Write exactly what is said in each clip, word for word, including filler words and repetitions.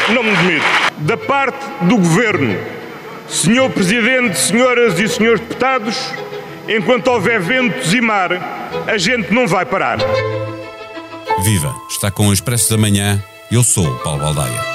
não me demito. Da parte do Governo, senhor Presidente, senhoras e senhores deputados, enquanto houver ventos e mar, a gente não vai parar. Viva! Está com o Expresso da Manhã. Eu sou o Paulo Baldaia.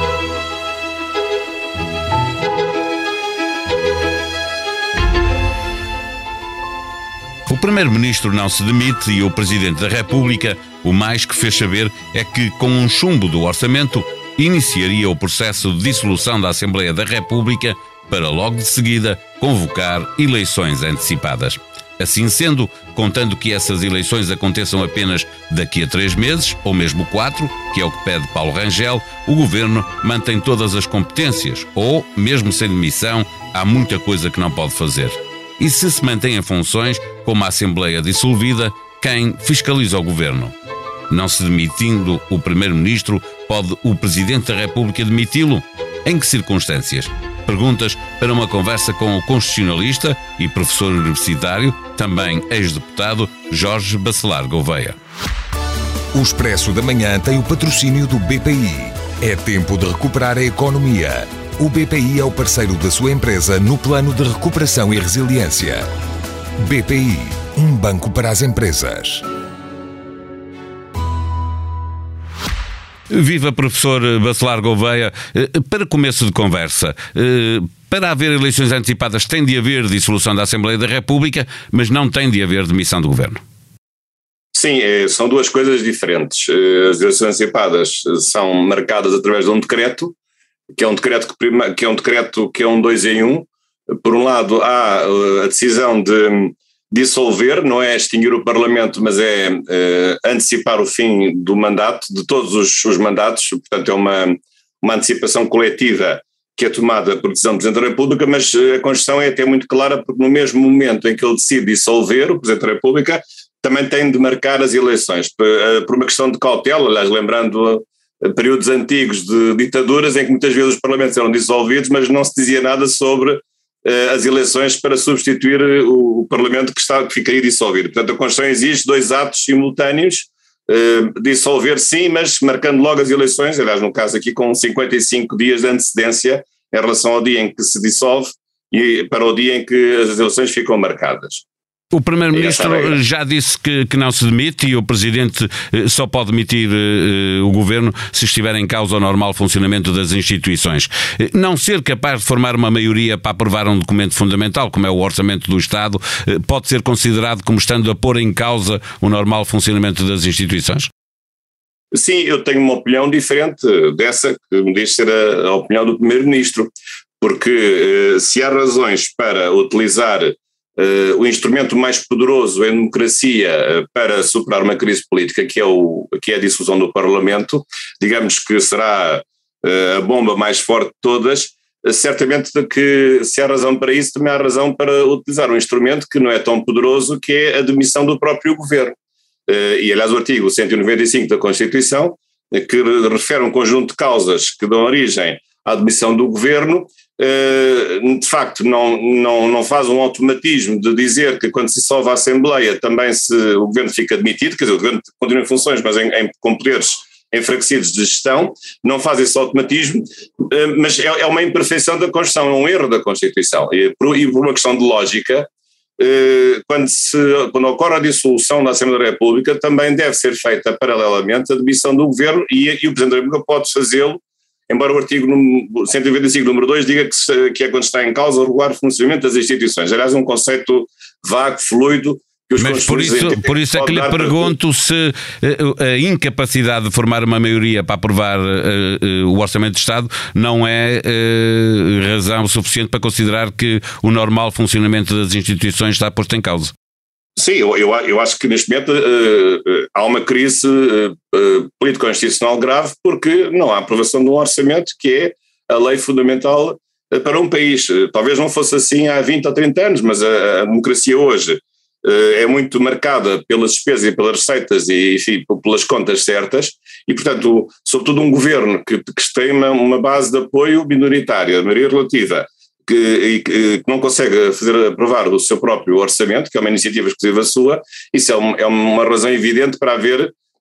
O Primeiro-Ministro não se demite e o Presidente da República, o mais que fez saber é que, com um chumbo do orçamento, iniciaria o processo de dissolução da Assembleia da República para logo de seguida convocar eleições antecipadas. Assim sendo, contando que essas eleições aconteçam apenas daqui a três meses, ou mesmo quatro, que é o que pede Paulo Rangel, o Governo mantém todas as competências, ou, mesmo sem demissão, há muita coisa que não pode fazer. E se se mantém em funções, como a Assembleia dissolvida, quem fiscaliza o Governo? Não se demitindo o Primeiro-Ministro, pode o Presidente da República demiti-lo? Em que circunstâncias? Perguntas para uma conversa com o constitucionalista e professor universitário, também ex-deputado, Jorge Bacelar Gouveia. O Expresso da Manhã tem o patrocínio do B P I. É tempo de recuperar a economia. O B P I é o parceiro da sua empresa no plano de recuperação e resiliência. B P I, um banco para as empresas. Viva, professor Bacelar Gouveia. Para começo de conversa, para haver eleições antecipadas tem de haver dissolução da Assembleia da República, mas não tem de haver demissão do Governo. Sim, são duas coisas diferentes. As eleições antecipadas são marcadas através de um decreto, que é um decreto que, que é um decreto que é um dois em um. Por um lado há a decisão de dissolver, não é extinguir o Parlamento, mas é uh, antecipar o fim do mandato, de todos os, os mandatos, portanto é uma, uma antecipação coletiva que é tomada por decisão do Presidente da República, mas a Constituição é até muito clara, porque no mesmo momento em que ele decide dissolver, o Presidente da República também tem de marcar as eleições, por, uh, por uma questão de cautela, aliás, lembrando uh, períodos antigos de ditaduras em que muitas vezes os parlamentos eram dissolvidos, mas não se dizia nada sobre as eleições para substituir o, o Parlamento que, está, que ficaria dissolvido. Portanto, a Constituição exige dois atos simultâneos, eh, dissolver sim, mas marcando logo as eleições, aliás, no caso aqui com cinquenta e cinco dias de antecedência em relação ao dia em que se dissolve e para o dia em que as eleições ficam marcadas. O Primeiro-Ministro já disse que, que não se demite e o Presidente eh, só pode demitir eh, o Governo se estiver em causa o normal funcionamento das instituições. Eh, não ser capaz de formar uma maioria para aprovar um documento fundamental, como é o Orçamento do Estado, eh, pode ser considerado como estando a pôr em causa o normal funcionamento das instituições? Sim, eu tenho uma opinião diferente dessa, que me diz ser a, a opinião do Primeiro-Ministro, porque eh, se há razões para utilizar Uh, o instrumento mais poderoso em democracia uh, para superar uma crise política, que é, o, que é a dissolução do Parlamento, digamos que será uh, a bomba mais forte de todas, uh, certamente que se há razão para isso, também há razão para utilizar um instrumento que não é tão poderoso, que é a demissão do próprio Governo. Uh, e aliás o artigo cento e noventa e cinco da Constituição, uh, que refere um conjunto de causas que dão origem à demissão do Governo, de facto não, não, não faz um automatismo de dizer que quando se dissolve a Assembleia também se, o Governo fica demitido, quer dizer, o Governo continua em funções, mas em, em, com poderes enfraquecidos de gestão, não faz esse automatismo, mas é, é uma imperfeição da Constituição, é um erro da Constituição, e por, e por uma questão de lógica, quando, se, quando ocorre a dissolução da Assembleia da República também deve ser feita paralelamente a demissão do Governo e, e o Presidente da República pode fazê-lo, embora o artigo cento e noventa e cinco, número dois, diga que, se, que é quando está em causa o regular funcionamento das instituições. Aliás, é um conceito vago, fluido. Que os Mas por isso, por isso é que lhe pergunto se a incapacidade de formar uma maioria para aprovar uh, uh, o Orçamento de Estado não é uh, razão suficiente para considerar que o normal funcionamento das instituições está posto em causa. Sim, eu, eu, eu acho que neste momento uh, uh, há uma crise uh, uh, político-constitucional grave porque não há aprovação de um orçamento que é a lei fundamental uh, para um país. Uh, talvez não fosse assim há vinte ou trinta anos, mas a, a democracia hoje uh, é muito marcada pelas despesas e pelas receitas e enfim, pelas contas certas e, portanto, sobretudo um governo que, que tem uma, uma base de apoio minoritária, maioria relativa, Que, que não consegue fazer aprovar o seu próprio orçamento, que é uma iniciativa exclusiva sua, isso é, um, é uma razão evidente para haver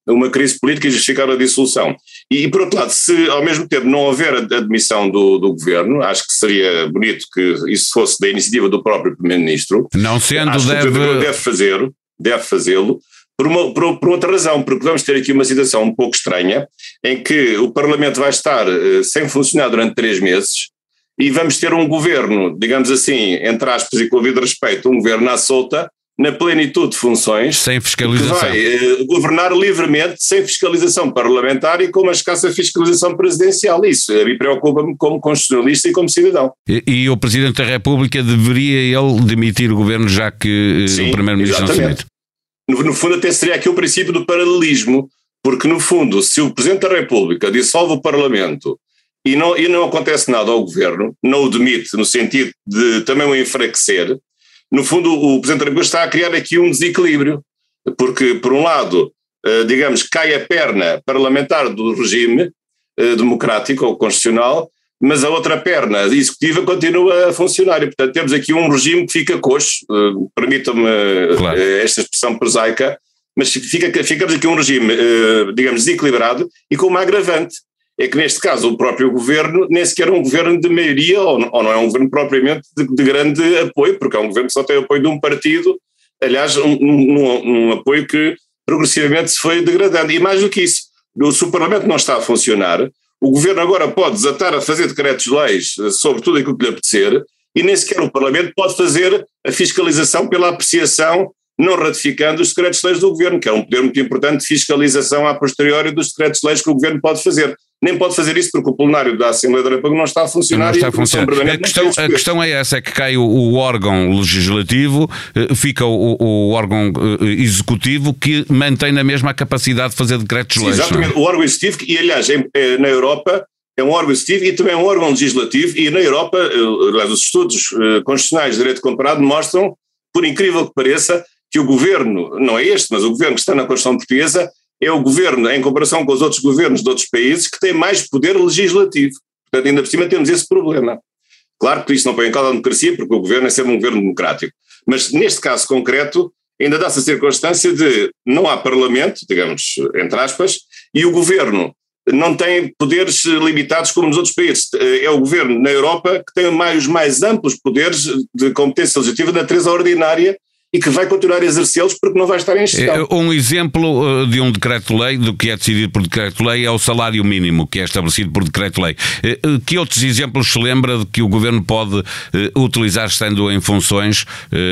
uma crise política e justificar a dissolução. E, e por outro lado, se ao mesmo tempo não houver a admissão do, do governo, acho que seria bonito que isso fosse da iniciativa do próprio primeiro-ministro. Não sendo, acho deve... que deve fazer, deve fazê-lo, por, uma, por, por outra razão, porque vamos ter aqui uma situação um pouco estranha, em que o Parlamento vai estar uh, sem funcionar durante três meses, e vamos ter um governo, digamos assim, entre aspas e com o devido respeito, um governo à solta, na plenitude de funções, sem fiscalização, que vai uh, governar livremente, sem fiscalização parlamentar e com uma escassa fiscalização presidencial. Isso a mim preocupa-me como constitucionalista e como cidadão. E, e o Presidente da República deveria ele demitir o governo, já que uh, Sim, o Primeiro-Ministro não se demite? No, no fundo até seria aqui o princípio do paralelismo, porque no fundo se o Presidente da República dissolve o Parlamento e não, e não acontece nada ao governo, não o demite no sentido de também o enfraquecer, no fundo o Presidente da República está a criar aqui um desequilíbrio, porque por um lado, digamos, cai a perna parlamentar do regime democrático ou constitucional, mas a outra perna executiva continua a funcionar e portanto temos aqui um regime que fica coxo, permitam-me claro. esta expressão prosaica, mas fica, ficamos aqui um regime, digamos, desequilibrado e com uma agravante. É que neste caso o próprio governo nem sequer é um governo de maioria ou não, ou não é um governo propriamente de, de grande apoio, porque é um governo que só tem apoio de um partido, aliás um, um, um apoio que progressivamente se foi degradando. E mais do que isso, se o Parlamento não está a funcionar, o governo agora pode desatar a fazer decretos-leis sobre tudo aquilo que lhe apetecer e nem sequer o Parlamento pode fazer a fiscalização pela apreciação não ratificando os decretos-leis do governo, que é um poder muito importante de fiscalização a posteriori dos decretos-leis que o governo pode fazer. Nem pode fazer isso porque o plenário da Assembleia da República não está a funcionar. Não está a funcionar. A questão, a questão é essa, é que cai o, o órgão legislativo, fica o, o órgão executivo que mantém na mesma a capacidade de fazer decretos-leis. Exatamente, é? O órgão executivo, e aliás na Europa é um órgão executivo e também é um órgão legislativo, e na Europa, aliás, os estudos constitucionais de direito comparado mostram, por incrível que pareça, que o governo, não é este, mas o governo que está na Constituição Portuguesa é o governo, em comparação com os outros governos de outros países, que tem mais poder legislativo. Portanto, ainda por cima temos esse problema. Claro que isso não põe em causa a democracia, porque o governo é sempre um governo democrático. Mas neste caso concreto, ainda dá-se a circunstância de não há parlamento, digamos, entre aspas, e o governo não tem poderes limitados como nos outros países. É o governo na Europa que tem mais, os mais amplos poderes de competência legislativa da natureza ordinária, e que vai continuar a exercê-los porque não vai estar em gestão. Um exemplo de um decreto-lei, do que é decidido por decreto-lei, é o salário mínimo, que é estabelecido por decreto-lei. Que outros exemplos se lembra de que o governo pode utilizar estando em funções,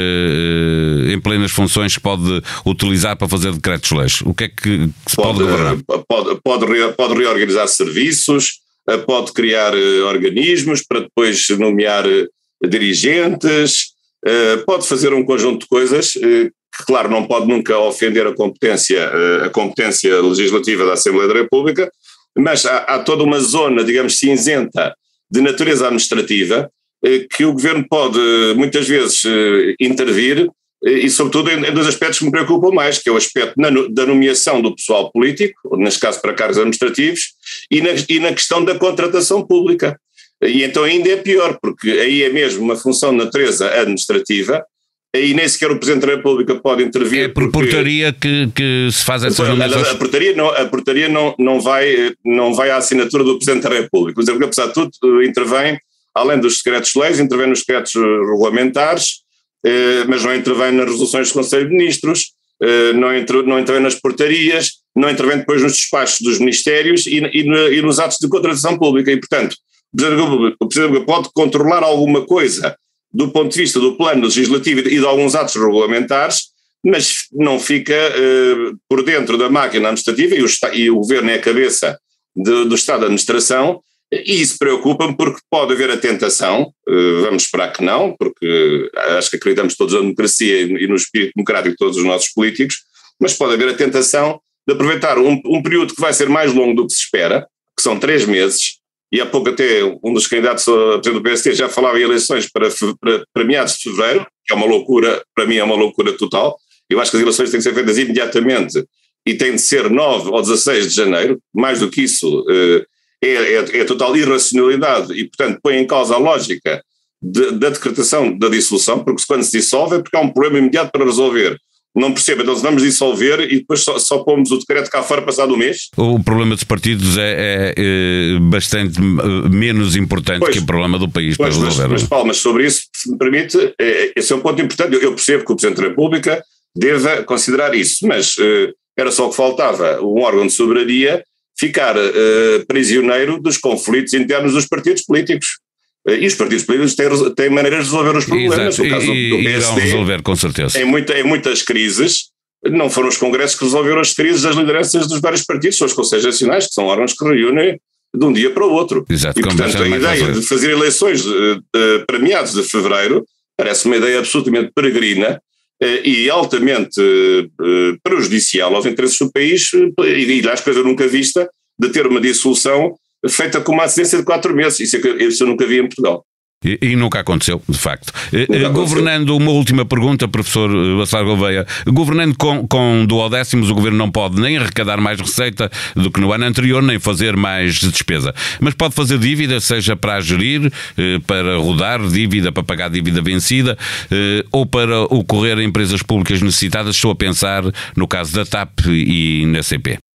em plenas funções, que pode utilizar para fazer decretos-leis? O que é que se pode, pode governar? Pode, pode, pode reorganizar serviços, pode criar organismos para depois nomear dirigentes. Uh, pode fazer um conjunto de coisas uh, que, claro, não pode nunca ofender a competência, uh, a competência legislativa da Assembleia da República, mas há, há toda uma zona, digamos, cinzenta de natureza administrativa uh, que o Governo pode, uh, muitas vezes, uh, intervir uh, e, sobretudo, em, em dois aspectos que me preocupam mais, que é o aspecto na, da nomeação do pessoal político, neste caso para cargos administrativos, e na, e na questão da contratação pública. E então ainda é pior, porque aí é mesmo uma função de natureza administrativa, aí nem sequer o Presidente da República pode intervir. É por porque... portaria que, que se faz essas nomeações? A portaria, não, a portaria não, não, vai, não vai à assinatura do Presidente da República. O Presidente da República, apesar de tudo, intervém, além dos decretos-leis, intervém nos decretos regulamentares, eh, mas não intervém nas resoluções do Conselho de Ministros, eh, não, inter, não intervém nas portarias, não intervém depois nos despachos dos ministérios e, e, e nos atos de contratação pública. E, portanto, o Presidente da República pode controlar alguma coisa do ponto de vista do plano legislativo e de alguns atos regulamentares, mas não fica uh, por dentro da máquina administrativa e o, e o Governo é a cabeça de, do Estado de Administração, e isso preocupa-me porque pode haver a tentação, uh, vamos esperar que não, porque acho que acreditamos todos na democracia e no espírito democrático de todos os nossos políticos, mas pode haver a tentação de aproveitar um, um período que vai ser mais longo do que se espera, que são três meses, e há pouco até um dos candidatos a presidente do P S T já falava em eleições para, para, para meados de fevereiro, que é uma loucura, para mim é uma loucura total. Eu acho que as eleições têm que ser feitas imediatamente e têm de ser nove ou dezasseis de janeiro, mais do que isso é, é, é total irracionalidade e, portanto, põe em causa a lógica de, da decretação da dissolução, porque quando se dissolve é porque há um problema imediato para resolver. Não percebo, então vamos dissolver e depois só, só pomos o decreto cá fora passado um mês? O problema dos partidos é, é, é bastante menos importante pois, que o problema do país pois, para resolver. Mas, mas Paulo, mas sobre isso, se me permite, é, esse é um ponto importante. Eu, eu percebo que o Presidente da República deva considerar isso, mas uh, era só o que faltava, um órgão de soberania ficar uh, prisioneiro dos conflitos internos dos partidos políticos. E os partidos políticos têm, têm maneiras de resolver os problemas. Exato. No caso e, do P S D, irão resolver, com certeza. Em, muita, em muitas crises, não foram os congressos que resolveram as crises das lideranças dos vários partidos, são os conselhos nacionais, que são órgãos que reúnem de um dia para o outro. Exato, e, portanto, a ideia de fazer eleições uh, uh, para meados de fevereiro parece uma ideia absolutamente peregrina uh, e altamente uh, prejudicial aos interesses do país, uh, e, aliás, coisa nunca vista, de ter uma dissolução feita com uma antecedência de quatro meses. Isso, é, isso eu nunca vi em Portugal. E, e nunca aconteceu, de facto. Nunca Governando, aconteceu. Uma última pergunta, professor Bacelar Gouveia. Governando com, com duodécimos, o governo não pode nem arrecadar mais receita do que no ano anterior, nem fazer mais despesa. Mas pode fazer dívida, seja para a gerir, para rodar dívida, para pagar dívida vencida, ou para ocorrer a empresas públicas necessitadas. Estou a pensar no caso da T A P e na C P.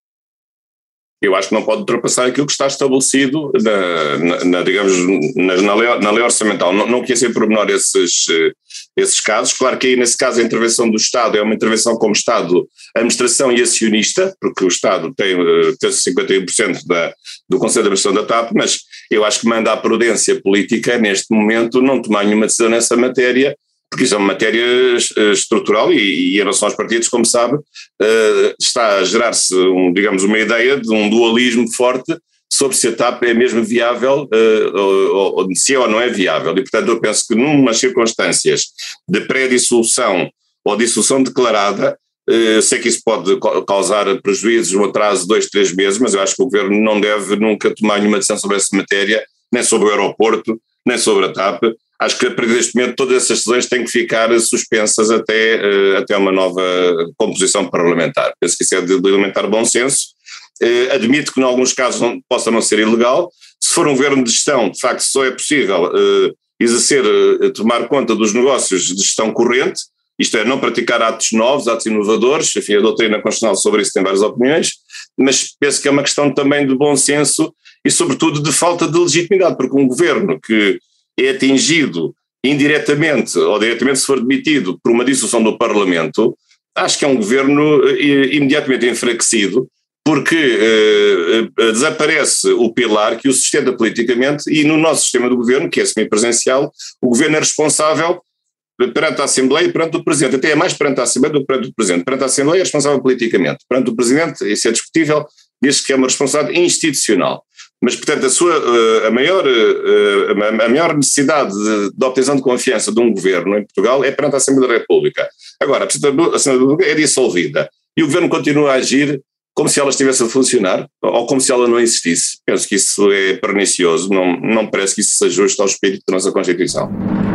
Eu acho que não pode ultrapassar aquilo que está estabelecido na, na, na digamos, na, na, lei, na lei orçamental. Não, não conheço em pormenor esses, esses casos. Claro que aí, nesse caso, a intervenção do Estado é uma intervenção como Estado, administração e acionista, porque o Estado tem, tem cinquenta e um por cento da, do Conselho de Administração da T A P, mas eu acho que manda a prudência política, neste momento, não tomar nenhuma decisão nessa matéria, porque isso é uma matéria estrutural e, e em relação aos partidos, como sabe, uh, está a gerar-se, um, digamos, uma ideia de um dualismo forte sobre se a T A P é mesmo viável, uh, ou, ou se é ou não é viável. E, portanto, eu penso que numas circunstâncias de pré-dissolução ou dissolução declarada, uh, sei que isso pode causar prejuízos, um atraso de dois, três meses, mas eu acho que o Governo não deve nunca tomar nenhuma decisão sobre essa matéria, nem sobre o aeroporto, nem sobre a T A P. Acho que a partir deste momento todas essas decisões têm que ficar suspensas até, uh, até uma nova composição parlamentar. Penso que isso é de, de elementar bom senso. Uh, admito que em alguns casos não, possa não ser ilegal. Se for um governo de gestão, de facto só é possível uh, exercer, uh, tomar conta dos negócios de gestão corrente, isto é, não praticar atos novos, atos inovadores. Enfim, a doutrina constitucional sobre isso tem várias opiniões, mas penso que é uma questão também de bom senso e sobretudo de falta de legitimidade, porque um governo que é atingido indiretamente ou diretamente se for demitido por uma dissolução do Parlamento, acho que é um governo imediatamente enfraquecido, porque eh, desaparece o pilar que o sustenta politicamente e no nosso sistema de governo, que é semipresencial, o governo é responsável perante a Assembleia e perante o Presidente, até é mais perante a Assembleia do que perante o Presidente. Perante a Assembleia é responsável politicamente, perante o Presidente, isso é discutível, diz que é uma responsabilidade institucional. Mas, portanto, a, sua, a, maior, a maior necessidade de, de obtenção de confiança de um governo em Portugal é perante a Assembleia da República. Agora, a Assembleia da República é dissolvida e o governo continua a agir como se ela estivesse a funcionar ou como se ela não existisse. Penso que isso é pernicioso, não, não parece que isso se ajuste ao espírito da nossa Constituição.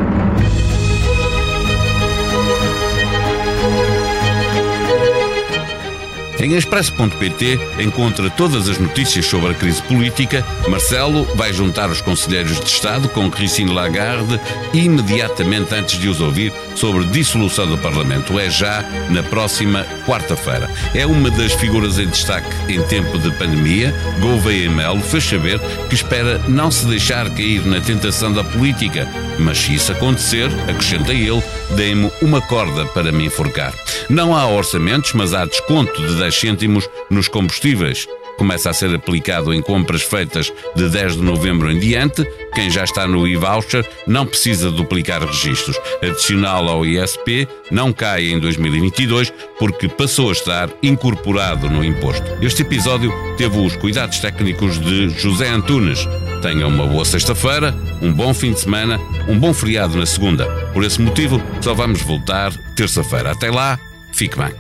Em expresso ponto pt encontra todas as notícias sobre a crise política. Marcelo vai juntar os conselheiros de Estado com Christine Lagarde imediatamente antes de os ouvir sobre dissolução do Parlamento. É já na próxima quarta-feira. É uma das figuras em destaque em tempo de pandemia. Gouveia Melo fez saber que espera não se deixar cair na tentação da política, mas se isso acontecer, acrescenta ele, dê-me uma corda para me enforcar. Não há orçamentos, mas há desconto de dez cêntimos nos combustíveis. Começa a ser aplicado em compras feitas de dez de novembro em diante. Quem já está no e-voucher não precisa duplicar registros. Adicional ao I S P não cai em dois mil e vinte e dois porque passou a estar incorporado no imposto. Este episódio teve os cuidados técnicos de José Antunes. Tenham uma boa sexta-feira, um bom fim de semana, um bom feriado na segunda. Por esse motivo, só vamos voltar terça-feira. Até lá, fique bem.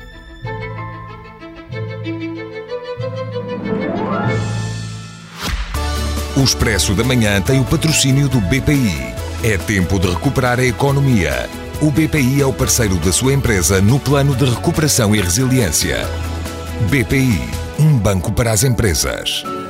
O Expresso da Manhã tem o patrocínio do B P I. É tempo de recuperar a economia. O B P I é o parceiro da sua empresa no plano de recuperação e resiliência. B P I, um banco para as empresas.